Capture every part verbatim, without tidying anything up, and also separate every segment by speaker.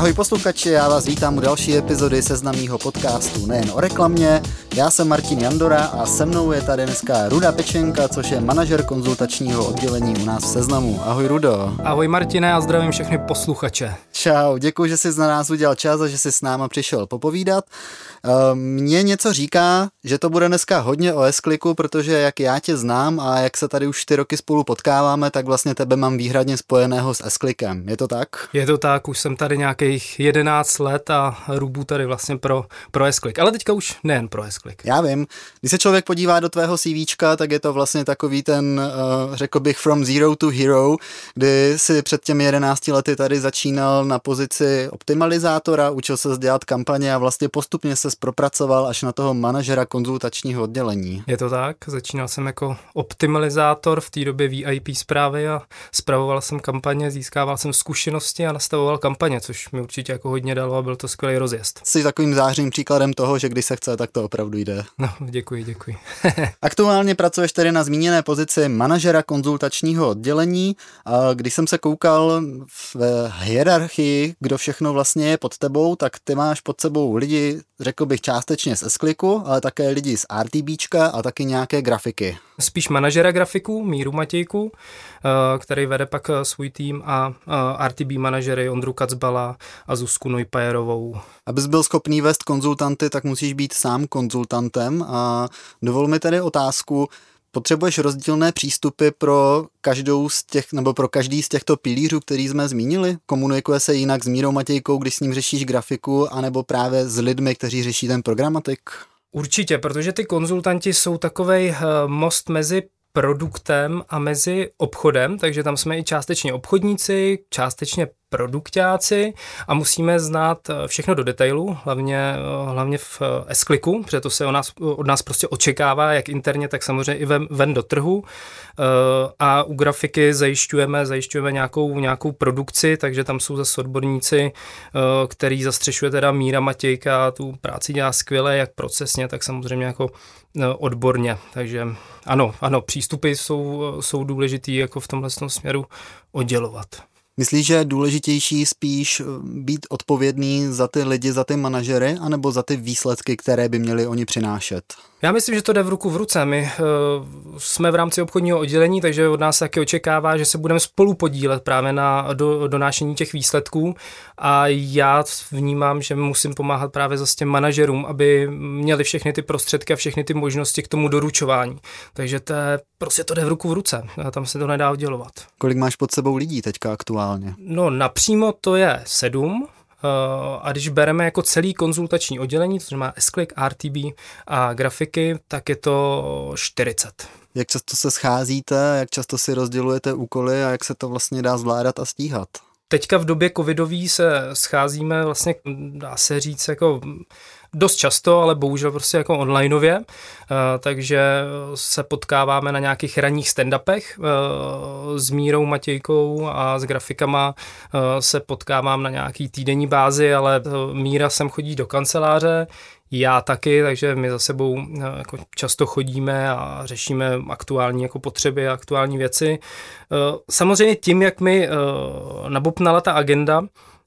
Speaker 1: Ahoj posluchači, já vás vítám u další epizody seznamního podcastu Nejen o reklamě. Já jsem Martin Jandora a se mnou je tady dneska Ruda Pečenka, což je manažer konzultačního oddělení u nás v Seznamu. Ahoj Rudo.
Speaker 2: Ahoj Martine a zdravím všechny posluchače.
Speaker 1: Čau, děkuji, že jsi na nás udělal čas a že jsi s náma přišel popovídat. Mně něco říká, že to bude dneska hodně o S-Clicku, protože jak já tě znám a jak se tady už ty roky spolu potkáváme, tak vlastně tebe mám výhradně spojeného s S-Clickem. Je to tak?
Speaker 2: Je to tak, už jsem tady nějakých jedenáct let a rubu tady vlastně pro, pro S-Click, ale teďka už nejen pro S-Click.
Speaker 1: Já vím. Když se člověk podívá do tvého CVčka, tak je to vlastně takový ten, řekl bych, from zero to hero, kdy si před těmi jedenácti lety tady začínal na pozici optimalizátora, učil se dělat kampaně a vlastně postupně se propracoval až na toho manažera konzultačního oddělení.
Speaker 2: Je to tak, začínal jsem jako optimalizátor v té době V I P zprávy a spravoval jsem kampaně, získával jsem zkušenosti a nastavoval kampaně, což mi určitě jako hodně dalo a byl to skvělý rozjezd.
Speaker 1: Jsi takovým zářným příkladem toho, že když se chce, tak to opravdu jde.
Speaker 2: No, děkuji, děkuji.
Speaker 1: Aktuálně pracuješ tedy na zmíněné pozici manažera konzultačního oddělení a když jsem se koukal v hierarchii, kdo všechno vlastně je pod tebou, tak ty máš pod sebou lidi, řekl bych částečně z S-Clicku, ale také lidi z RTBčka a taky nějaké grafiky.
Speaker 2: Spíš manažera grafiků, Míru Matějku, který vede pak svůj tým, a R T B manažery Ondru Kacbala a Zuzku Neupierovou.
Speaker 1: Abys byl schopný vést konzultanty, tak musíš být sám konzultantem a dovol mi tedy otázku, potřebuješ rozdílné přístupy pro každou z těch, nebo pro každý z těchto pilířů, který jsme zmínili? Komunikuje se jinak s Mírou Matějkou, když s ním řešíš grafiku, anebo právě s lidmi, kteří řeší ten programatik?
Speaker 2: Určitě, protože ty konzultanti jsou takovej most mezi produktem a mezi obchodem, takže tam jsme i částečně obchodníci, částečně produktáci a musíme znát všechno do detailu, hlavně, hlavně v S-Clicku, protože to se od nás, od nás prostě očekává, jak interně, tak samozřejmě i ven, ven do trhu. A u grafiky zajišťujeme, zajišťujeme nějakou, nějakou produkci, takže tam jsou zase odborníci, který zastřešuje teda Míra Matějka, tu práci dělá skvěle, jak procesně, tak samozřejmě jako odborně. Takže ano, ano, přístupy jsou, jsou důležitý jako v tomhle směru oddělovat.
Speaker 1: Myslíš, že je důležitější spíš být odpovědný za ty lidi, za ty manažery, anebo za ty výsledky, které by měli oni přinášet?
Speaker 2: Já myslím, že to jde v ruku v ruce. My uh, jsme v rámci obchodního oddělení, takže od nás taky očekává, že se budeme spolu podílet právě na do, donášení těch výsledků a já vnímám, že musím pomáhat právě zase těm manažerům, aby měli všechny ty prostředky a všechny ty možnosti k tomu doručování. Takže to je, prostě to jde v ruku v ruce. A tam se to nedá oddělovat.
Speaker 1: Kolik máš pod sebou lidí teďka aktuálně?
Speaker 2: No napřímo to je sedm. A když bereme jako celý konzultační oddělení, to znamená S-Click, R T B a grafiky, tak je to čtyřicet.
Speaker 1: Jak často se scházíte, jak často si rozdělujete úkoly a jak se to vlastně dá zvládat a stíhat?
Speaker 2: Teďka v době covidový se scházíme vlastně, dá se říct, jako dost často, ale bohužel prostě jako onlineově, uh, takže se potkáváme na nějakých ranních stand-upech uh, s Mírou Matějkou a s grafikama uh, se potkávám na nějaký týdenní bázi, ale uh, Míra sem chodí do kanceláře, já taky, takže my za sebou uh, jako často chodíme a řešíme aktuální jako potřeby a aktuální věci. Uh, samozřejmě tím, jak mi uh, nabopnala ta agenda,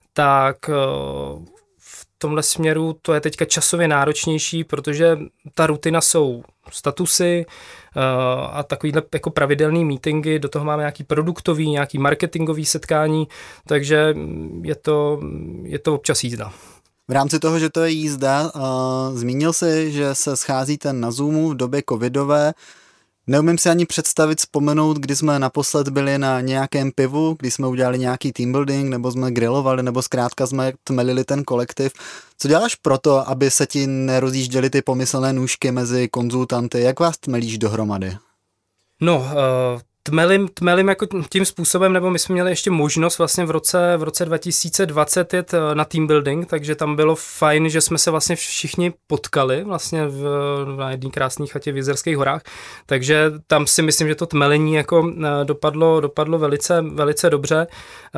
Speaker 2: tak uh, v tomhle směru to je teďka časově náročnější, protože ta rutina jsou statusy uh, a takovýhle jako pravidelný meetingy, do toho máme nějaký produktový, nějaký marketingový setkání, takže je to, je to občas jízda.
Speaker 1: V rámci toho, že to je jízda, uh, zmínil jsi, že se scházíte na Zoomu v době covidové. Neumím si ani představit, vzpomenout, kdy jsme naposled byli na nějakém pivu, kdy jsme udělali nějaký team building, nebo jsme grilovali, nebo zkrátka jsme tmelili ten kolektiv. Co děláš proto, aby se ti nerozjížděly ty pomyslné nůžky mezi konzultanty? Jak vás tmelíš dohromady?
Speaker 2: No, uh... Tmelim, tmelim jako tím způsobem, nebo my jsme měli ještě možnost vlastně v roce, v roce dva tisíce dvacet jet na team building, takže tam bylo fajn, že jsme se vlastně všichni potkali vlastně v, na jedné krásné chatě v Jizerských horách, takže tam si myslím, že to tmelení jako dopadlo, dopadlo velice, velice dobře.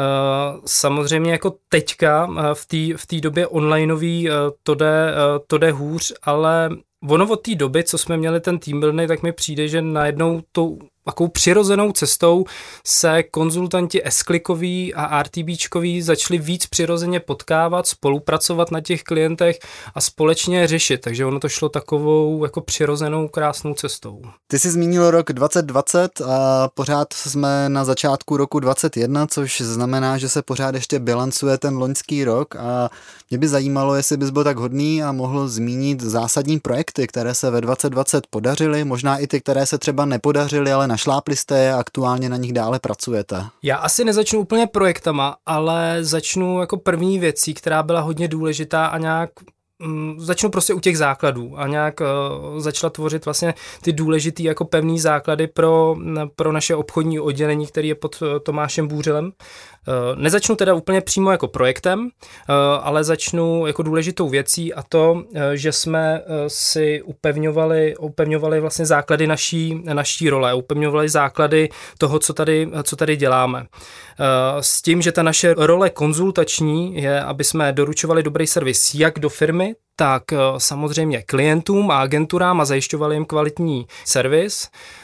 Speaker 2: Samozřejmě jako teďka v té v té době onlineový to jde, to jde hůř, ale ono od té doby, co jsme měli ten team building, tak mi přijde, že najednou to takovou přirozenou cestou se konzultanti S-klikoví a RTBčkoví začali víc přirozeně potkávat, spolupracovat na těch klientech a společně řešit, takže ono to šlo takovou jako přirozenou krásnou cestou.
Speaker 1: Ty jsi zmínil rok dvacet dvacet a pořád jsme na začátku roku dvacet jedna, což znamená, že se pořád ještě bilancuje ten loňský rok a mě by zajímalo, jestli bys byl tak hodný a mohl zmínit zásadní projekty, které se ve dvacet dvacet podařily, možná i ty, které se třeba nepodařily, ale našlápli jste je a aktuálně na nich dále pracujete.
Speaker 2: Já asi nezačnu úplně projektama, ale začnu jako první věcí, která byla hodně důležitá a nějak začnu prostě u těch základů a nějak uh, začala tvořit vlastně ty důležitý jako pevný základy pro, pro naše obchodní oddělení, který je pod uh, Tomášem Bůřilem. Uh, nezačnu teda úplně přímo jako projektem, uh, ale začnu jako důležitou věcí a to, uh, že jsme uh, si upevňovali, upevňovali vlastně základy naší, naší role, upevňovali základy toho, co tady, co tady děláme. Uh, s tím, že ta naše role konzultační je, aby jsme doručovali dobrý servis jak do firmy, tak samozřejmě klientům a agenturám a zajišťovali jim kvalitní servis.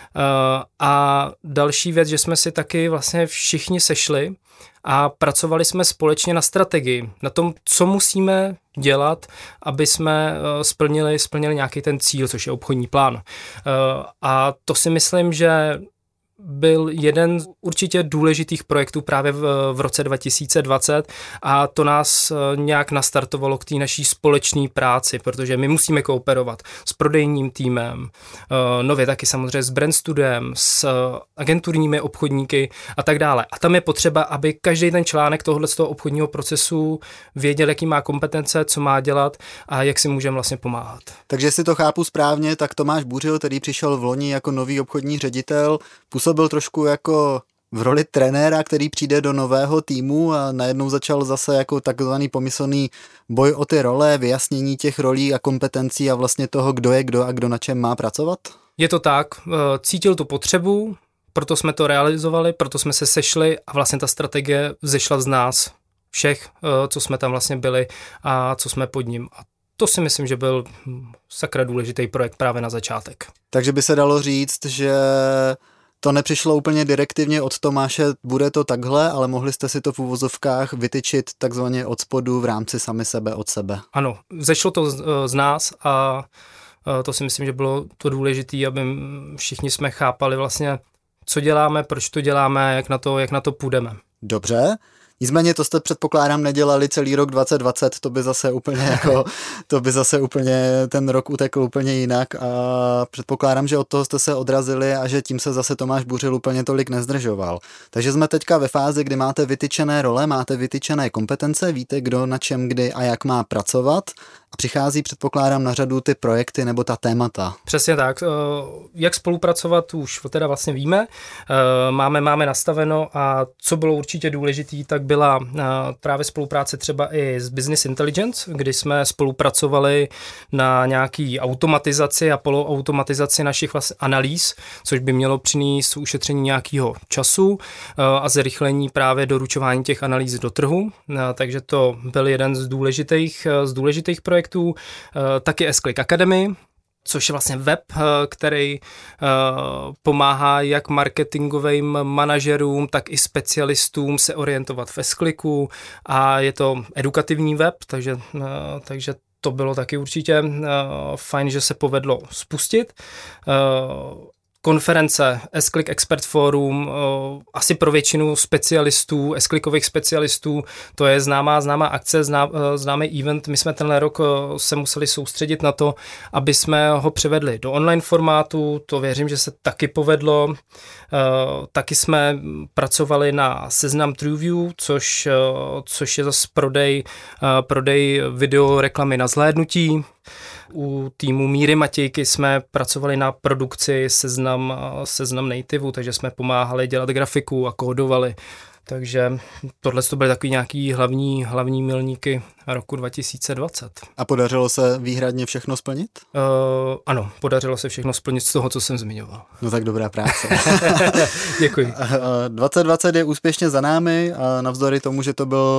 Speaker 2: A další věc, že jsme si taky vlastně všichni sešli a pracovali jsme společně na strategii, na tom, co musíme dělat, aby jsme splnili, splnili nějaký ten cíl, což je obchodní plán. A to si myslím, že byl jeden z určitě důležitých projektů právě v, v roce dva tisíce dvacet a to nás nějak nastartovalo k té naší společné práci, protože my musíme kooperovat s prodejním týmem, nově taky samozřejmě s brand studiem, s agenturními obchodníky a tak dále. A tam je potřeba, aby každý ten článek tohoto z toho obchodního procesu věděl, jaký má kompetence, co má dělat a jak si můžeme vlastně pomáhat.
Speaker 1: Takže si to chápu správně, tak Tomáš Bůřil, který přišel v loni jako nový obchodní ředitel, působil trošku jako v roli trenéra, který přijde do nového týmu a najednou začal zase jako takzvaný pomyslný boj o ty role, vyjasnění těch rolí a kompetencí a vlastně toho, kdo je kdo a kdo na čem má pracovat?
Speaker 2: Je to tak, cítil tu potřebu, proto jsme to realizovali, proto jsme se sešli a vlastně ta strategie vzešla z nás všech, co jsme tam vlastně byli a co jsme pod ním. A to si myslím, že byl sakra důležitý projekt právě na začátek.
Speaker 1: Takže by se dalo říct, že to nepřišlo úplně direktivně od Tomáše, bude to takhle, ale mohli jste si to v uvozovkách vytyčit takzvaně od spodu v rámci sami sebe od sebe.
Speaker 2: Ano, zešlo to z, z nás a to si myslím, že bylo to důležité, aby všichni jsme chápali vlastně, co děláme, proč to děláme, jak na to, jak na to půjdeme.
Speaker 1: Dobře. Nicméně to jste předpokládám nedělali celý rok dvacet dvacet, to by zase úplně jako, to by zase úplně ten rok utekl úplně jinak a předpokládám, že od toho jste se odrazili a že tím se zase Tomáš Bůřil úplně tolik nezdržoval. Takže jsme teďka ve fázi, kdy máte vytyčené role, máte vytyčené kompetence, víte, kdo na čem, kdy a jak má pracovat a přichází, předpokládám, na řadu ty projekty nebo ta témata.
Speaker 2: Přesně tak. Jak spolupracovat už teda vlastně víme, máme, máme nastaveno a co bylo určitě důležitý, tak byla právě spolupráce třeba i s Business Intelligence, kdy jsme spolupracovali na nějaký automatizaci a poloautomatizaci našich vlastně analýz, což by mělo přinést ušetření nějakého času a zrychlení právě doručování těch analýz do trhu. Takže to byl jeden z důležitých, z důležitých projektů. Taky S-Click Academy, což je vlastně web, který pomáhá jak marketingovým manažerům, tak i specialistům se orientovat v S-Clicku a je to edukativní web, takže, takže to bylo taky určitě fajn, že se povedlo spustit. Konference S-Click Expert Forum, asi pro většinu specialistů, S-Clickových specialistů, to je známá, známá akce, zná, známý event. My jsme tenhle rok se museli soustředit na to, aby jsme ho převedli do online formátu, to věřím, že se taky povedlo. Taky jsme pracovali na Seznam TrueView, což, což je zase prodej, prodej video reklamy na zhlédnutí. U týmu Míry Matějky jsme pracovali na produkci seznam, seznam nativeu, takže jsme pomáhali dělat grafiku a kódovali. Takže tohle to byly takový nějaký hlavní, hlavní milníky roku dva tisíce dvacet.
Speaker 1: A podařilo se výhradně všechno splnit?
Speaker 2: Uh, ano, podařilo se všechno splnit z toho, co jsem zmiňoval.
Speaker 1: No tak dobrá práce.
Speaker 2: Děkuji.
Speaker 1: dvacet dvacet je úspěšně za námi a navzdory tomu, že to byl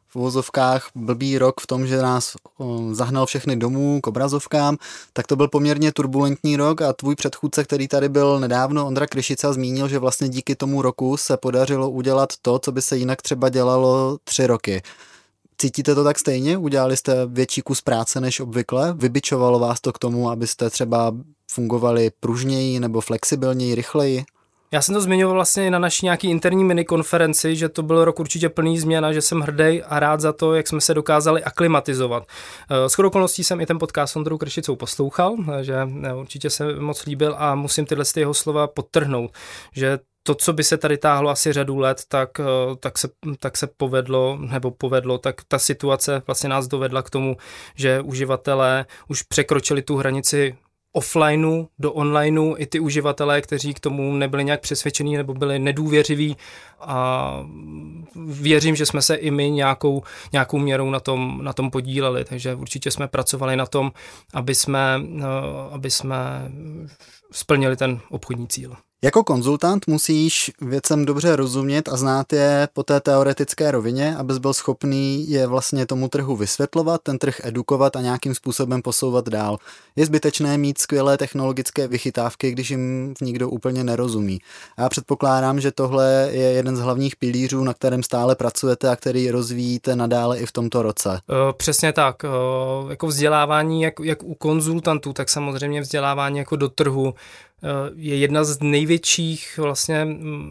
Speaker 1: v uvozovkách blbý rok v tom, že nás zahnal všechny domů k obrazovkám, tak to byl poměrně turbulentní rok a tvůj předchůdce, který tady byl nedávno, Ondra Kryšica, zmínil, že vlastně díky tomu roku se podařilo udělat to, co by se jinak třeba dělalo tři roky. Cítíte to tak stejně? Udělali jste větší kus práce než obvykle? Vybičovalo vás to k tomu, abyste třeba fungovali pružněji nebo flexibilněji, rychleji?
Speaker 2: Já jsem to zmiňoval vlastně na naší nějaký interní minikonferenci, že to byl rok určitě plný změn a že jsem hrdý a rád za to, jak jsme se dokázali aklimatizovat. Shodou okolností jsem i ten podcast s Ondrou Kryšicou poslouchal, že určitě se moc líbil a musím tyhle jeho slova podtrhnout, že to, co by se tady táhlo asi řadu let, tak, tak, se, tak se povedlo, nebo povedlo, tak ta situace vlastně nás dovedla k tomu, že uživatelé už překročili tu hranici offlineu do onlineu, i ty uživatelé, kteří k tomu nebyli nějak přesvědčení nebo byli nedůvěřiví a věřím, že jsme se i my nějakou, nějakou měrou na tom, na tom podíleli, takže určitě jsme pracovali na tom, aby jsme, aby jsme splnili ten obchodní cíl.
Speaker 1: Jako konzultant musíš věcem dobře rozumět a znát je po té teoretické rovině, abys byl schopný je vlastně tomu trhu vysvětlovat, ten trh edukovat a nějakým způsobem posouvat dál. Je zbytečné mít skvělé technologické vychytávky, když jim nikdo úplně nerozumí. A já předpokládám, že tohle je jeden z hlavních pilířů, na kterém stále pracujete a který rozvíjíte nadále i v tomto roce.
Speaker 2: Přesně tak. Jako vzdělávání jak, jak u konzultantů, tak samozřejmě vzdělávání jako do trhu je jedna z největších vlastně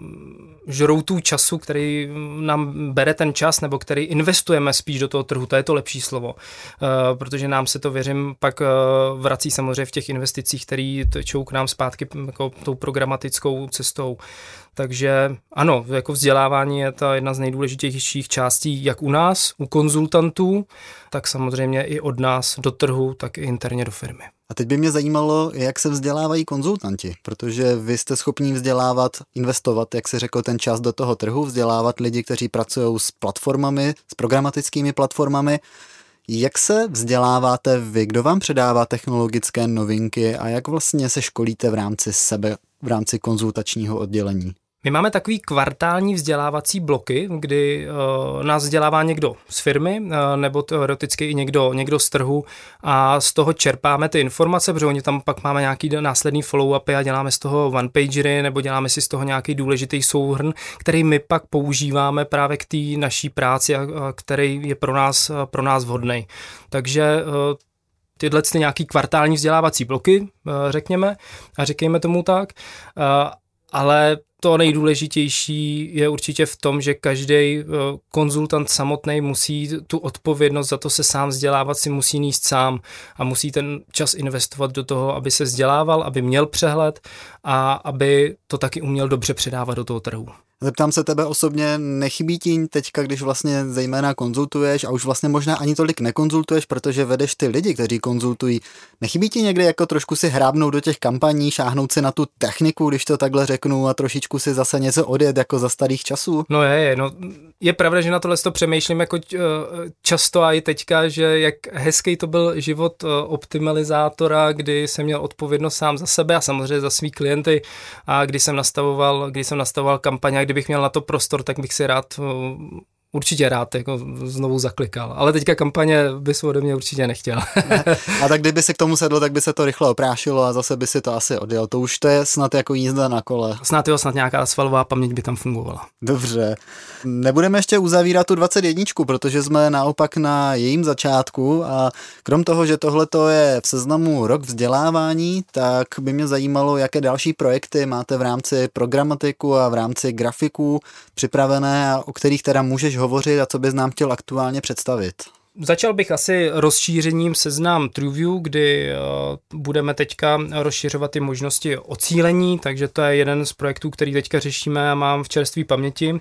Speaker 2: žroutů času, který nám bere ten čas, nebo který investujeme spíš do toho trhu, to je to lepší slovo, protože nám se to, věřím, pak vrací samozřejmě v těch investicích, které tečou k nám zpátky jako tou programatickou cestou. Takže ano, jako vzdělávání je ta jedna z nejdůležitějších částí jak u nás, u konzultantů, tak samozřejmě i od nás do trhu, tak i interně do firmy.
Speaker 1: A teď by mě zajímalo, jak se vzdělávají konzultanti, protože vy jste schopní vzdělávat, investovat, jak si řekl, ten čas do toho trhu, vzdělávat lidi, kteří pracují s platformami, s programatickými platformami. Jak se vzděláváte vy? Kdo vám předává technologické novinky a jak vlastně se školíte v rámci sebe, v rámci konzultačního oddělení?
Speaker 2: My máme takový kvartální vzdělávací bloky, kdy uh, nás vzdělává někdo z firmy uh, nebo teoreticky i někdo, někdo z trhu a z toho čerpáme ty informace, protože oni tam pak máme nějaký následný follow-upy a děláme z toho one-pagery nebo děláme si z toho nějaký důležitý souhrn, který my pak používáme právě k té naší práci, a, a který je pro nás, pro nás vhodný. Takže uh, tyhle ty nějaký kvartální vzdělávací bloky, uh, řekněme, a říkejme tomu tak, uh, ale to nejdůležitější je určitě v tom, že každý konzultant samotný musí tu odpovědnost za to se sám vzdělávat, si musí nést sám a musí ten čas investovat do toho, aby se vzdělával, aby měl přehled a aby to taky uměl dobře předávat do toho trhu.
Speaker 1: Zeptám se tebe osobně, nechybí ti teďka, když vlastně zejména konzultuješ a už vlastně možná ani tolik nekonzultuješ, protože vedeš ty lidi, kteří konzultují, nechybí ti někdy jako trošku si hrábnout do těch kampaní, šáhnout si na tu techniku, když to takhle řeknu, a trošičku si zase něco odjet jako za starých časů?
Speaker 2: No je, je, no je pravda, že na tohle to přemýšlím jako často a i teďka, že jak hezký to byl život optimalizátora, kdy jsem měl odpovědnost sám za sebe a samozřejmě za svý klienty a když jsem nastavoval, když jsem nastavoval kampaně, kdybych měl na to prostor, tak bych si rád, určitě rád jako znovu zaklikal. Ale teďka kampaně bys ode mě určitě nechtěl.
Speaker 1: A tak kdyby se k tomu sedlo, tak by se to rychle oprášilo a zase by si to asi odjel. To už to je snad jako jízda na kole.
Speaker 2: Snad jo, snad nějaká svalová paměť by tam fungovala.
Speaker 1: Dobře. Nebudeme ještě uzavírat tu dvacet jedna, protože jsme naopak na jejím začátku a krom toho, že tohle je v seznamu rok vzdělávání, tak by mě zajímalo, jaké další projekty máte v rámci programatiku a v rámci grafiků připravené a o kterých teda můžeš hovořit a co bys nám chtěl aktuálně představit.
Speaker 2: Začal bych asi rozšířením seznam TrueView, kdy uh, budeme teďka rozšiřovat ty možnosti ocílení, takže to je jeden z projektů, který teďka řešíme a mám v čerstvé paměti,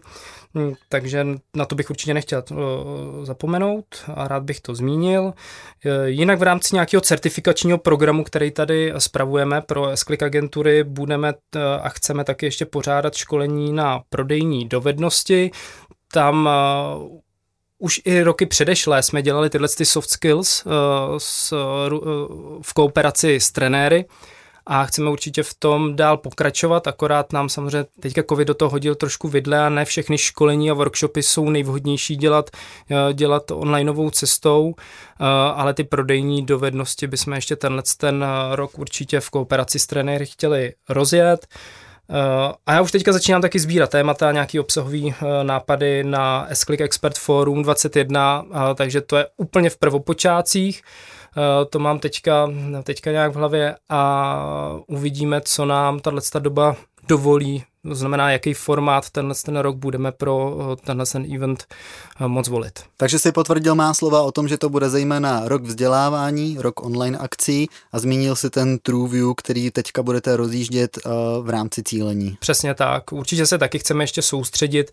Speaker 2: takže na to bych určitě nechtěl uh, zapomenout a rád bych to zmínil. Uh, jinak v rámci nějakého certifikačního programu, který tady spravujeme pro S-Click agentury, budeme uh, a chceme taky ještě pořádat školení na prodejní dovednosti. Tam uh, už i roky předešlé jsme dělali tyhle ty soft skills uh, s, uh, v kooperaci s trenéry a chceme určitě v tom dál pokračovat, akorát nám samozřejmě teďka covid do toho hodil trošku vidle a ne všechny školení a workshopy jsou nejvhodnější dělat, dělat onlineovou cestou, ale ty prodejní dovednosti bychom ještě tenhle ten rok určitě v kooperaci s trenéry chtěli rozjet. A já už teďka začínám taky sbírat témata, nějaký obsahový nápady na S-Click Expert Forum dvacet jedna, takže to je úplně v prvopočátcích. To mám teďka, teďka nějak v hlavě a uvidíme, co nám tato doba dovolí. To znamená, jaký formát tenhle ten rok budeme pro tenhle ten event moc volit.
Speaker 1: Takže si potvrdil má slova o tom, že to bude zejména rok vzdělávání, rok online akcí a zmínil si ten TrueView, který teďka budete rozjíždět v rámci cílení.
Speaker 2: Přesně tak. Určitě se taky chceme ještě soustředit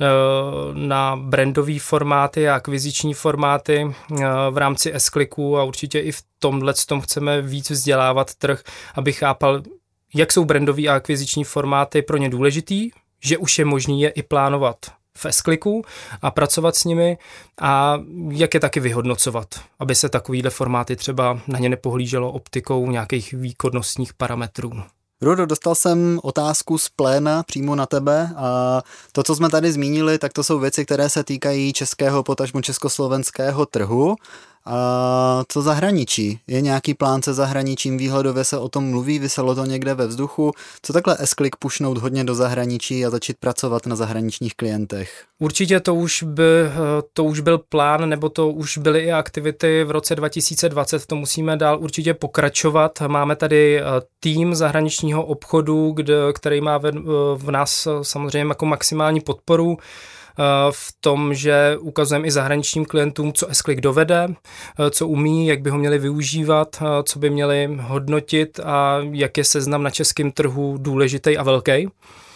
Speaker 2: na brandové formáty a akviziční formáty v rámci S-Clicku a určitě i v tomhle tom chceme víc vzdělávat trh, aby chápal, jak jsou brandové a akviziční formáty pro ně důležitý, že už je možný je i plánovat v S-Clicku a pracovat s nimi a jak je taky vyhodnocovat, aby se takovýhle formáty třeba na ně nepohlíželo optikou nějakých výkonnostních parametrů.
Speaker 1: Rudo, dostal jsem otázku z pléna přímo na tebe a to, co jsme tady zmínili, tak to jsou věci, které se týkají českého, potažmo československého trhu. A co zahraničí? Je nějaký plán se zahraničím? Výhledově se o tom mluví, vyselo to někde ve vzduchu. Co takhle S-Click pušnout hodně do zahraničí a začít pracovat na zahraničních klientech?
Speaker 2: Určitě to už, by, to už byl plán, nebo to už byly i aktivity v roce dva tisíce dvacet, to musíme dál určitě pokračovat. Máme tady tým zahraničního obchodu, kde, který má v, v nás samozřejmě jako maximální podporu v tom, že ukazujeme i zahraničním klientům, co S-Click dovede, co umí, jak by ho měli využívat, co by měli hodnotit a jak je seznam na českém trhu důležitý a velký.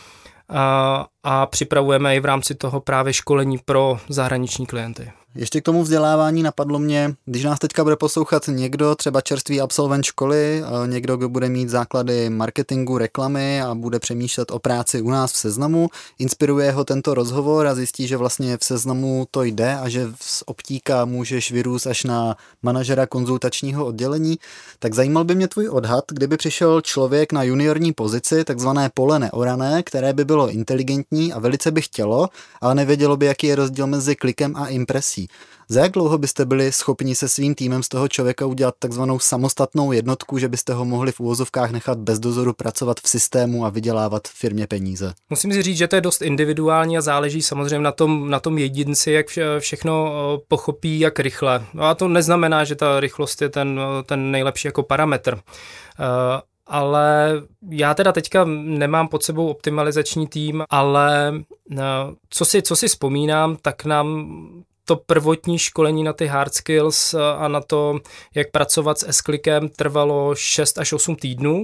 Speaker 2: A, a připravujeme i v rámci toho právě školení pro zahraniční klienty.
Speaker 1: Ještě k tomu vzdělávání napadlo mě, když nás teďka bude poslouchat někdo, třeba čerstvý absolvent školy, někdo, kdo bude mít základy marketingu, reklamy a bude přemýšlet o práci u nás v Seznamu, inspiruje ho tento rozhovor a zjistí, že vlastně v Seznamu to jde a že z optíka můžeš vyrůst až na manažera konzultačního oddělení, tak zajímal by mě tvůj odhad, kdyby přišel člověk na juniorní pozici, takzvané pole neorané, které by bylo inteligentní a velice by chtělo, ale nevědělo by, jaký je rozdíl mezi klikem a impresí. Za jak dlouho byste byli schopni se svým týmem z toho člověka udělat takzvanou samostatnou jednotku, že byste ho mohli v uvozovkách nechat bez dozoru pracovat v systému a vydělávat firmě peníze?
Speaker 2: Musím si říct, že to je dost individuální a záleží samozřejmě na tom, na tom jedinci, jak všechno pochopí, jak rychle. A to neznamená, že ta rychlost je ten, ten nejlepší jako parametr. Ale já teda teďka nemám pod sebou optimalizační tým, ale co si, co si vzpomínám, tak nám to prvotní školení na ty hard skills a na to, jak pracovat s S-Clickem, trvalo šest až osm týdnů,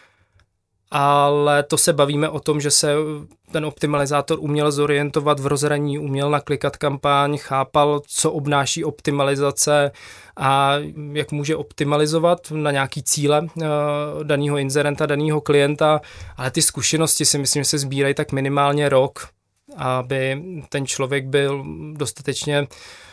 Speaker 2: ale to se bavíme o tom, že se ten optimalizátor uměl zorientovat v rozhraní, uměl naklikat kampaň, chápal, co obnáší optimalizace a jak může optimalizovat na nějaký cíle daného inzerenta, daného klienta, ale ty zkušenosti si myslím, že se sbírají tak minimálně rok, aby ten člověk byl dostatečně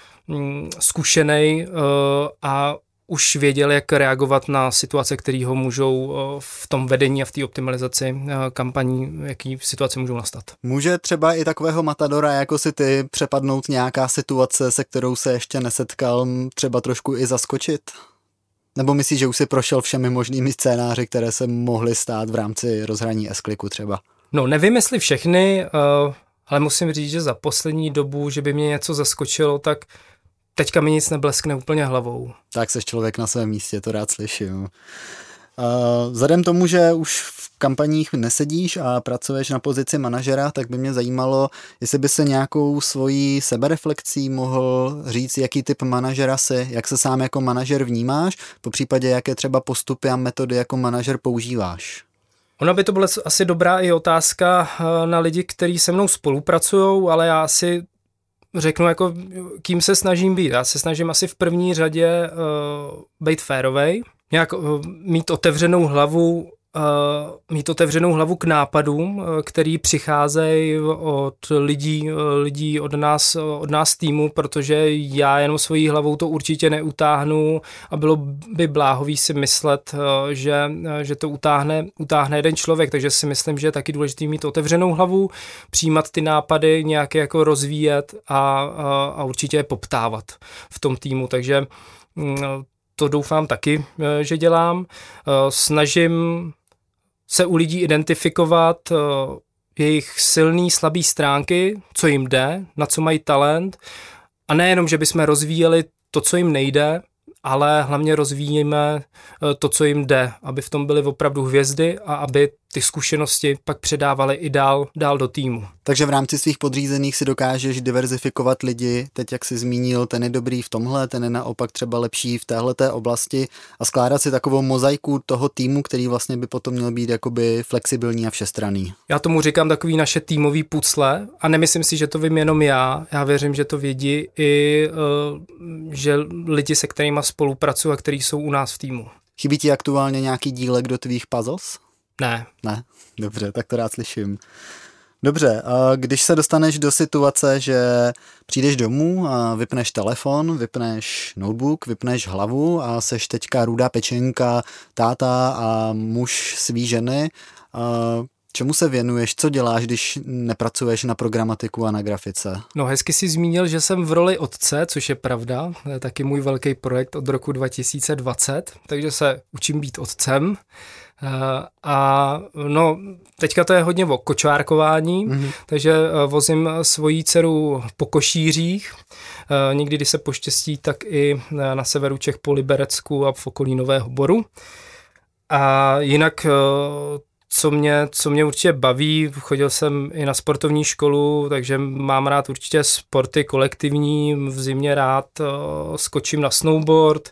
Speaker 2: zkušený a už věděl, jak reagovat na situace, které ho můžou v tom vedení a v té optimalizaci kampaní, jaký situace můžou nastat.
Speaker 1: Může třeba i takového matadora, jako si ty, přepadnout nějaká situace, se kterou se ještě nesetkal, třeba trošku i zaskočit? Nebo myslíš, že už si prošel všemi možnými scénáři, které se mohly stát v rámci rozhraní S-Clicku třeba?
Speaker 2: No, nevím, jestli všechny, ale musím říct, že za poslední dobu, že by mě něco zaskočilo, tak teďka mi nic nebleskne úplně hlavou.
Speaker 1: Tak seš člověk na svém místě, to rád slyším. Vzhledem tomu, že už v kampaních nesedíš a pracuješ na pozici manažera, tak by mě zajímalo, jestli by se nějakou svojí sebereflexí mohl říct, jaký typ manažera jsi, jak se sám jako manažer vnímáš, popřípadě jaké třeba postupy a metody jako manažer používáš.
Speaker 2: Ona by to byla asi dobrá i otázka na lidi, kteří se mnou spolupracují, ale já si řeknu, jako, kým se snažím být. Já se snažím asi v první řadě uh, být férovej, nějak uh, mít otevřenou hlavu uh, mít otevřenou hlavu k nápadům, uh, který přicházejí od lidí, uh, lidí od nás, uh, od nás týmu, protože já jenom svojí hlavou to určitě neutáhnu a bylo by bláhový si myslet, uh, že, uh, že to utáhne, utáhne jeden člověk, takže si myslím, že je taky důležité mít otevřenou hlavu, přijímat ty nápady, nějaké jako rozvíjet a, a, a určitě je poptávat v tom týmu, takže uh, to doufám taky, že dělám. Snažím se u lidí identifikovat jejich silný, slabý stránky, co jim jde, na co mají talent a nejenom, že bychom rozvíjeli to, co jim nejde, ale hlavně rozvíjíme to, co jim jde, aby v tom byly opravdu hvězdy a aby ty zkušenosti pak předávaly i dál, dál do týmu.
Speaker 1: Takže v rámci svých podřízených si dokážeš diverzifikovat lidi, teď jak jsi zmínil, ten je dobrý v tomhle, ten je naopak třeba lepší v téhleté oblasti a skládat si takovou mozaiku toho týmu, který vlastně by potom měl být jakoby flexibilní a všestranný.
Speaker 2: Já tomu říkám takový naše týmový pucle a nemyslím si, že to vím jenom já. Já věřím, že to vědí i uh, že lidi, se kterými spolupracují a kteří jsou u nás v týmu.
Speaker 1: Chybí ti aktuálně nějaký dílek do tvých puzzles?
Speaker 2: Ne.
Speaker 1: Ne, dobře, tak to rád slyším. Dobře, a když se dostaneš do situace, že přijdeš domů a vypneš telefon, vypneš notebook, vypneš hlavu a seš teďka rudá pečenka, táta a muž svý ženy, a čemu se věnuješ, co děláš, když nepracuješ na programatiku a na grafice?
Speaker 2: No hezky si zmínil, že jsem v roli otce, což je pravda, to je taky můj velký projekt od roku dva tisíce dvacet, takže se učím být otcem. A no, teďka to je hodně o kočárkování, mm-hmm. takže vozím svoji dceru po košířích, někdy, když se poštěstí, tak i na severu Čech po Liberecku a v okolí Nového Boru. A jinak, co mě, co mě určitě baví, chodil jsem i na sportovní školu, takže mám rád určitě sporty kolektivní, v zimě rád skočím na snowboard,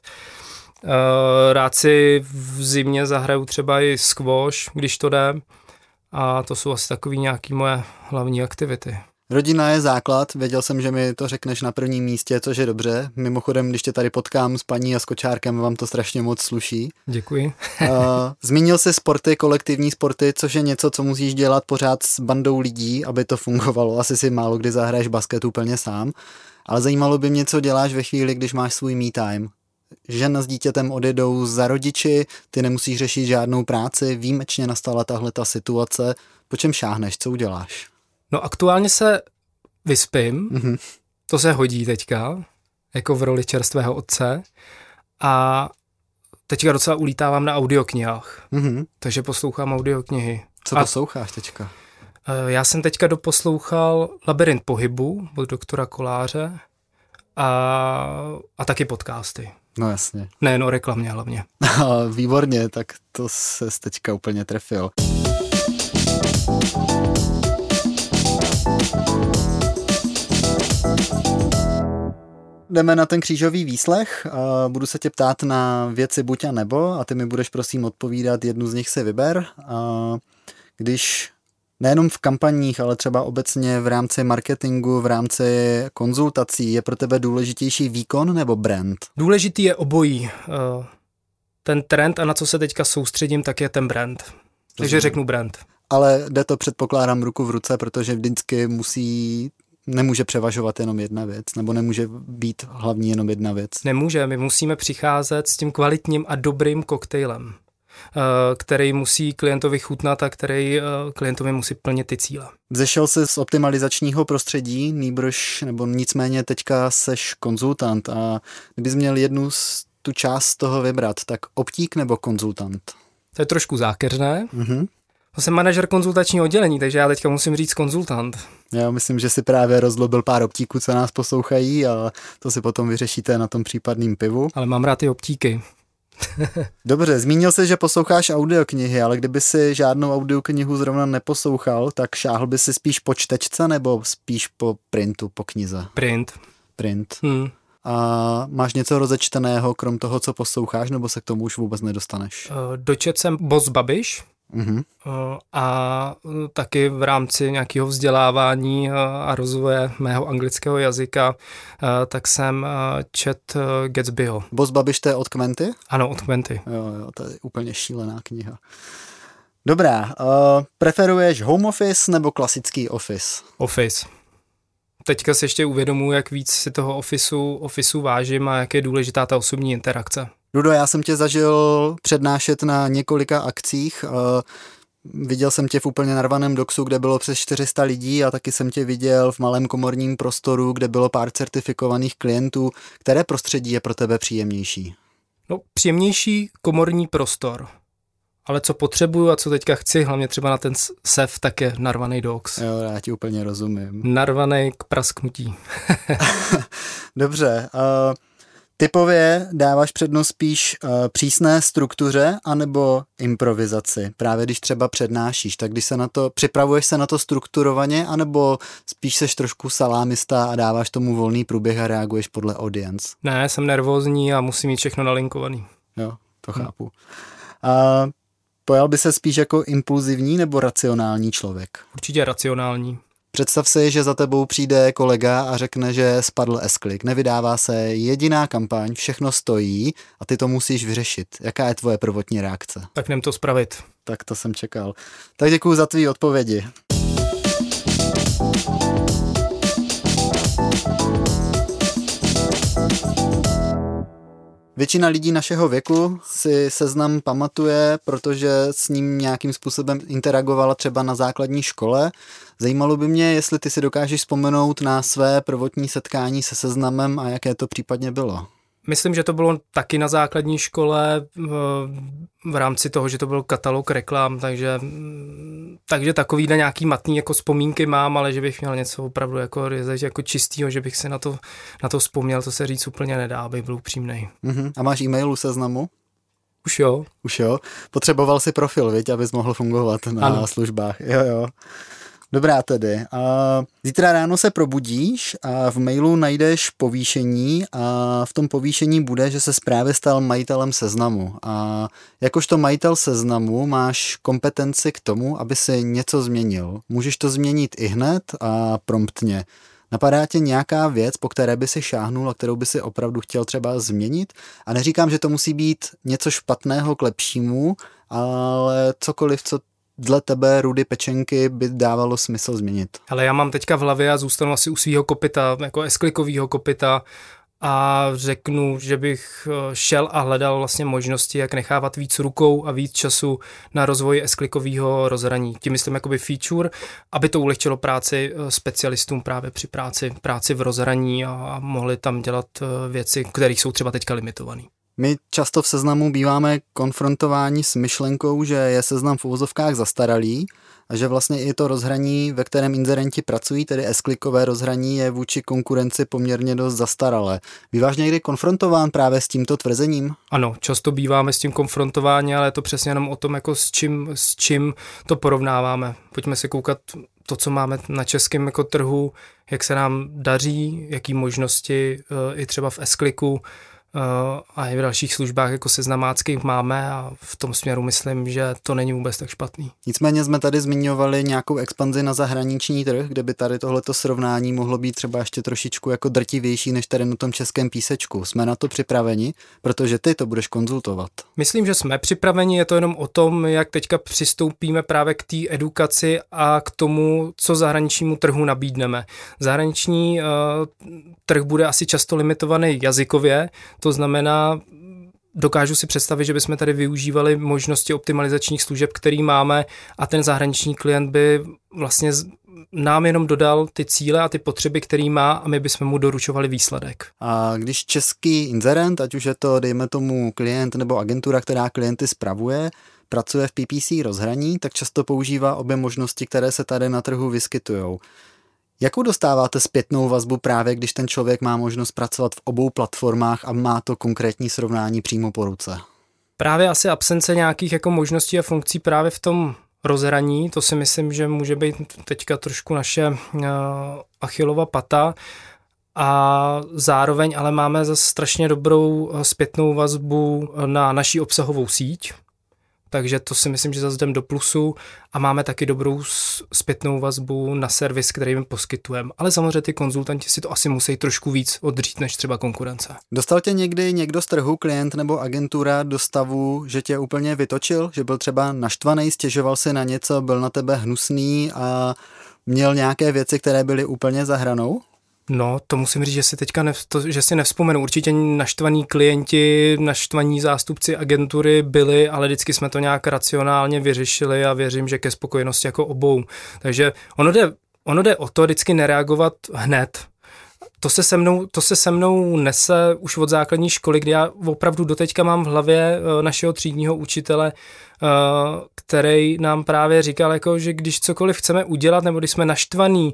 Speaker 2: Uh, rád si v zimě zahraju třeba i squash, když to jde, a to jsou asi takový nějaký moje hlavní aktivity.
Speaker 1: Rodina je základ, věděl jsem, že mi to řekneš na prvním místě, což je dobře. Mimochodem, když tě tady potkám s paní a s kočárkem, vám to strašně moc sluší.
Speaker 2: Děkuji.
Speaker 1: uh, zmínil jsi sporty, kolektivní sporty, což je něco, co musíš dělat pořád s bandou lidí, aby to fungovalo. Asi si málo kdy zahraješ basket úplně sám, ale zajímalo by mě, co děláš ve chvíli, když máš svůj me time. Žena s dítětem odjedou za rodiči, ty nemusíš řešit žádnou práci, výjimečně nastala tahle ta situace. Po čem šáhneš, co uděláš?
Speaker 2: No aktuálně se vyspím,
Speaker 1: mm-hmm.
Speaker 2: to se hodí teďka, jako v roli čerstvého otce a teďka docela ulítávám na audioknihách, mm-hmm. takže poslouchám audioknihy.
Speaker 1: Co posloucháš teďka?
Speaker 2: Já jsem teďka doposlouchal Labyrint pohybu od doktora Koláře a, a taky podcasty.
Speaker 1: No jasně.
Speaker 2: Nejen o reklamě hlavně.
Speaker 1: Výborně, tak to se teďka úplně trefil. Jdeme na ten křížový výslech. Budu se tě ptát na věci buď a nebo a ty mi budeš prosím odpovídat, jednu z nich si vyber. Když nejenom v kampaních, ale třeba obecně v rámci marketingu, v rámci konzultací, je pro tebe důležitější výkon nebo brand?
Speaker 2: Důležitý je obojí. Ten trend a na co se teďka soustředím, tak je ten brand. Rozumím. Takže řeknu brand.
Speaker 1: Ale jde to, předpokládám, ruku v ruce, protože vždycky musí, nemůže převažovat jenom jedna věc, nebo nemůže být hlavní jenom jedna věc.
Speaker 2: Nemůže, my musíme přicházet s tím kvalitním a dobrým koktejlem, který musí klientovi chutnat a který klientovi musí plnit ty cíle.
Speaker 1: Vzešel jsi z optimalizačního prostředí, nýbrž, nebo nicméně teďka seš konzultant a kdybys měl jednu z tu část z toho vybrat, tak optík nebo konzultant?
Speaker 2: To je trošku zákeřné.
Speaker 1: Mm-hmm.
Speaker 2: To jsem manažer konzultačního oddělení, takže já teďka musím říct konzultant.
Speaker 1: Já myslím, že si právě rozlobil pár optíků, co nás poslouchají, a to si potom vyřešíte na tom případným pivu.
Speaker 2: Ale mám rád ty optíky.
Speaker 1: Dobře, zmínil jsi, že posloucháš audioknihy, ale kdyby si žádnou audioknihu zrovna neposlouchal, tak šáhl by si spíš po čtečce nebo spíš po printu, po knize?
Speaker 2: Print.
Speaker 1: Print.
Speaker 2: Hmm.
Speaker 1: A máš něco rozečteného, krom toho, co posloucháš, nebo se k tomu už vůbec nedostaneš?
Speaker 2: Dočet jsem Boss Babiš.
Speaker 1: Mm-hmm.
Speaker 2: A taky v rámci nějakého vzdělávání a rozvoje mého anglického jazyka, tak jsem čet Gatsbyho.
Speaker 1: Boss Babiš, to je od Kmenty?
Speaker 2: Ano, od Kmenty.
Speaker 1: Jo, jo, to je úplně šílená kniha. Dobrá, uh, preferuješ home office nebo klasický office?
Speaker 2: Office. Teďka si ještě uvědomuji, jak víc si toho officeu, officeu vážím a jak je důležitá ta osobní interakce.
Speaker 1: Rudo, já jsem tě zažil přednášet na několika akcích. Viděl jsem tě v úplně narvaném doxu, kde bylo přes čtyři sta lidí a taky jsem tě viděl v malém komorním prostoru, kde bylo pár certifikovaných klientů. Které prostředí je pro tebe příjemnější?
Speaker 2: No, příjemnější komorní prostor. Ale co potřebuju a co teďka chci, hlavně třeba na ten sef, tak je narvaný dox.
Speaker 1: Jo, já ti úplně rozumím.
Speaker 2: Narvaný k prasknutí.
Speaker 1: Dobře. Uh, typově dáváš přednost spíš uh, přísné struktuře anebo improvizaci? Právě když třeba přednášíš, tak když se na to, připravuješ se na to strukturovaně, anebo spíš seš trošku salámista a dáváš tomu volný průběh a reaguješ podle audience?
Speaker 2: Ne, jsem nervózní a musím mít všechno nalinkovaný.
Speaker 1: Jo, to chápu. Uh, Pojal by se spíš jako impulzivní nebo racionální člověk?
Speaker 2: Určitě racionální.
Speaker 1: Představ si, že za tebou přijde kolega a řekne, že spadl S-Click. Nevydává se jediná kampaň, všechno stojí a ty to musíš vyřešit. Jaká je tvoje prvotní reakce?
Speaker 2: Tak jdem to spravit.
Speaker 1: Tak to jsem čekal. Tak děkuju za tvý odpovědi. Většina lidí našeho věku si Seznam pamatuje, protože s ním nějakým způsobem interagovala třeba na základní škole. Zajímalo by mě, jestli ty si dokážeš vzpomenout na své prvotní setkání se Seznamem a jaké to případně bylo.
Speaker 2: Myslím, že to bylo taky na základní škole v rámci toho, že to byl katalog reklam, takže, takže takovýhle nějaký matný jako vzpomínky mám, ale že bych měl něco opravdu jako, jako čistýho, že bych se na to, na to vzpomněl, to se říct úplně nedá, abych byl upřímnej.
Speaker 1: Uh-huh. A máš e-mail u Seznamu?
Speaker 2: Už jo.
Speaker 1: Už jo. Potřeboval si profil, viď, abys mohl fungovat na ano. službách. Jo, jo. Dobrá tedy. A zítra ráno se probudíš a v mailu najdeš povýšení a v tom povýšení bude, že se právě stal majitelem Seznamu. A jakožto majitel Seznamu máš kompetenci k tomu, aby si něco změnil. Můžeš to změnit i hned a promptně. Napadá tě nějaká věc, po které by si šáhnul a kterou by si opravdu chtěl třeba změnit? A neříkám, že to musí být něco špatného k lepšímu, ale cokoliv, co dle tebe, Rudy Pečenky, by dávalo smysl změnit.
Speaker 2: Ale já mám teďka v hlavě a zůstanu asi u svýho kopyta, jako S-Clickovýho kopyta a řeknu, že bych šel a hledal vlastně možnosti, jak nechávat víc rukou a víc času na rozvoj S-Clickovýho rozhraní. Tím myslím jakoby feature, aby to ulehčilo práci specialistům právě při práci, práci v rozhraní a mohli tam dělat věci, které jsou třeba teďka limitované.
Speaker 1: My často v Seznamu býváme konfrontováni s myšlenkou, že je Seznam v uvozovkách zastaralý a že vlastně i to rozhraní, ve kterém inzerenti pracují, tedy S-Clickové rozhraní, je vůči konkurenci poměrně dost zastaralé. Býváš někdy konfrontován právě s tímto tvrzením?
Speaker 2: Ano, často býváme s tím konfrontováni, ale je to přesně jenom o tom, jako s čím, s čím to porovnáváme. Pojďme si koukat to, co máme na českém jako trhu, jak se nám daří, jaký možnosti i třeba v S-Clicku a i v dalších službách jako seznamáckých máme a v tom směru myslím, že to není vůbec tak špatný.
Speaker 1: Nicméně jsme tady zmiňovali nějakou expanzi na zahraniční trh, kde by tady tohleto srovnání mohlo být třeba ještě trošičku jako drtivější než tady na tom českém písečku. Jsme na to připraveni, protože ty to budeš konzultovat. Myslím, že jsme připraveni, je to jenom o tom, jak teďka přistoupíme právě k té edukaci a k tomu, co zahraničnímu trhu nabídneme. Zahraniční uh, trh bude asi často limitovaný jazykově. To znamená, dokážu si představit, že bychom tady využívali možnosti optimalizačních služeb, který máme a ten zahraniční klient by vlastně nám jenom dodal ty cíle a ty potřeby, který má a my bychom mu doručovali výsledek. A když český inzerent, ať už je to, dejme tomu, klient nebo agentura, která klienty spravuje, pracuje v P P C rozhraní, tak často používá obě možnosti, které se tady na trhu vyskytujou. Jakou dostáváte zpětnou vazbu právě, když ten člověk má možnost pracovat v obou platformách a má to konkrétní srovnání přímo po ruce? Právě asi absence nějakých jako možností a funkcí právě v tom rozhraní, to si myslím, že může být teďka trošku naše uh, Achillova pata a zároveň ale máme zase strašně dobrou zpětnou vazbu na naší obsahovou síť.
Speaker 2: takže to si myslím, že zase jdem do plusu a máme taky dobrou zpětnou vazbu na servis, který jim poskytujeme. Ale samozřejmě ty konzultanti si to asi musí trošku víc odřít než třeba konkurence.
Speaker 1: Dostal tě někdy někdo z trhu, klient nebo agentura do stavu, že tě úplně vytočil, že byl třeba naštvaný, stěžoval si na něco, byl na tebe hnusný a měl nějaké věci, které byly úplně za hranou?
Speaker 2: No, to musím říct, že si teďka ne, to, že si nevzpomenu. Určitě naštvaní klienti, naštvaní zástupci agentury byli, ale vždycky jsme to nějak racionálně vyřešili a věřím, že ke spokojenosti jako obou. Takže ono jde, ono jde o to vždycky nereagovat hned. To se se mnou, to se se mnou nese už od základní školy, kdy já opravdu doteďka mám v hlavě našeho třídního učitele, který nám právě říkal, jako, že když cokoliv chceme udělat, nebo když jsme naštvaní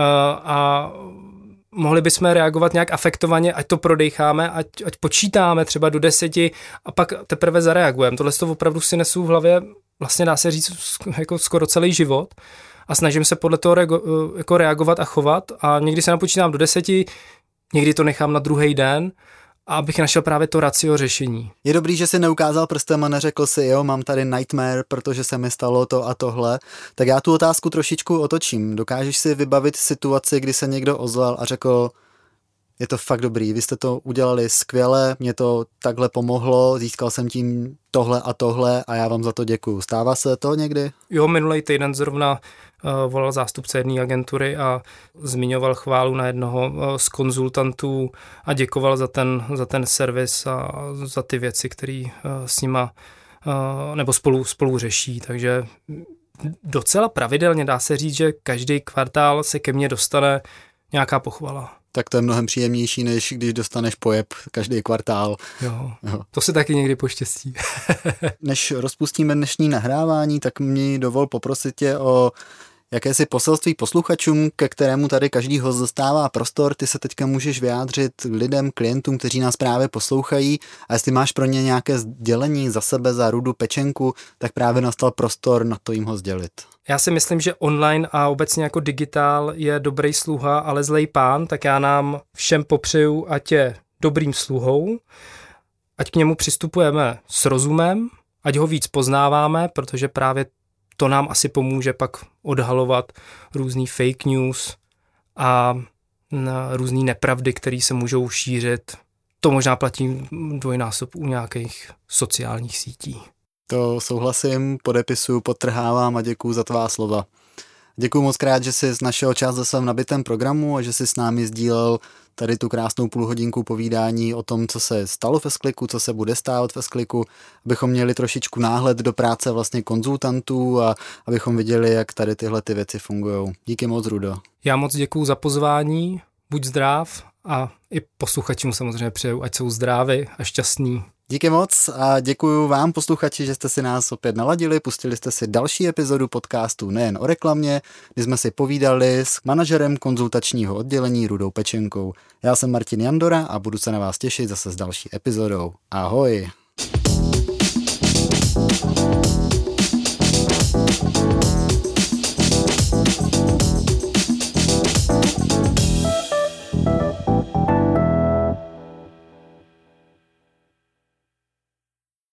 Speaker 2: a mohli bychom reagovat nějak afektovaně, ať to prodejcháme, ať, ať počítáme třeba do deseti a pak teprve zareagujeme. Tohle to opravdu si nesu v hlavě, vlastně dá se říct jako skoro celý život a snažím se podle toho rego, jako reagovat a chovat a někdy se napočítám do deseti, někdy to nechám na druhý den, a abych našel právě to racio řešení.
Speaker 1: Je dobrý, že si neukázal prstem a neřekl si, jo, mám tady nightmare, protože se mi stalo to a tohle. Tak já tu otázku trošičku otočím. Dokážeš si vybavit situaci, kdy se někdo ozval a řekl, je to fakt dobrý, vy jste to udělali skvěle, mě to takhle pomohlo, získal jsem tím tohle a tohle a já vám za to děkuju. Stává se to někdy?
Speaker 2: Jo, minulý týden zrovna uh, volal zástupce jedné agentury a zmiňoval chválu na jednoho uh, z konzultantů a děkoval za ten, za ten servis a za ty věci, které uh, s nima uh, nebo spolu, spolu řeší, takže docela pravidelně dá se říct, že každý kvartál se ke mně dostane nějaká pochvala.
Speaker 1: Tak to je mnohem příjemnější, než když dostaneš pojeb každý kvartál.
Speaker 2: Jo, jo. To se taky někdy poštěstí.
Speaker 1: Než rozpustíme dnešní nahrávání, tak mi dovol poprosit tě o jakési poselství posluchačům, ke kterému tady každý host dostává prostor. Ty se teďka můžeš vyjádřit lidem, klientům, kteří nás právě poslouchají a jestli máš pro ně nějaké sdělení za sebe, za Rudu Pečenku, tak právě nastal prostor na to jim ho sdělit.
Speaker 2: Já si myslím, že online a obecně jako digitál je dobrý sluha, ale zlej pán, tak já nám všem popřeju, ať je dobrým sluhou, ať k němu přistupujeme s rozumem, ať ho víc poznáváme, protože právě to nám asi pomůže pak odhalovat různý fake news a různý nepravdy, které se můžou šířit. To možná platí dvojnásob u nějakých sociálních sítí.
Speaker 1: To souhlasím, podepisuju, podtrhávám a děkuju za tvá slova. Děkuju moc krát, že jsi z našeho čas ve svém nabitém programu a že jsi s námi sdílel tady tu krásnou půlhodinku povídání o tom, co se stalo v S-Kliku, co se bude stávat v S-Kliku, abychom měli trošičku náhled do práce vlastně konzultantů a abychom viděli, jak tady tyhle ty věci fungují. Díky moc, Rudo.
Speaker 2: Já moc děkuju za pozvání, buď zdrav a i posluchačům samozřejmě přeju, ať jsou zdraví a šťastní.
Speaker 1: Díky moc a děkuji vám, posluchači, že jste si nás opět naladili, pustili jste si další epizodu podcastu Nejen o reklamě, kdy jsme si povídali s manažerem konzultačního oddělení Rudou Pečenkou. Já jsem Martin Jandora a budu se na vás těšit zase s další epizodou. Ahoj!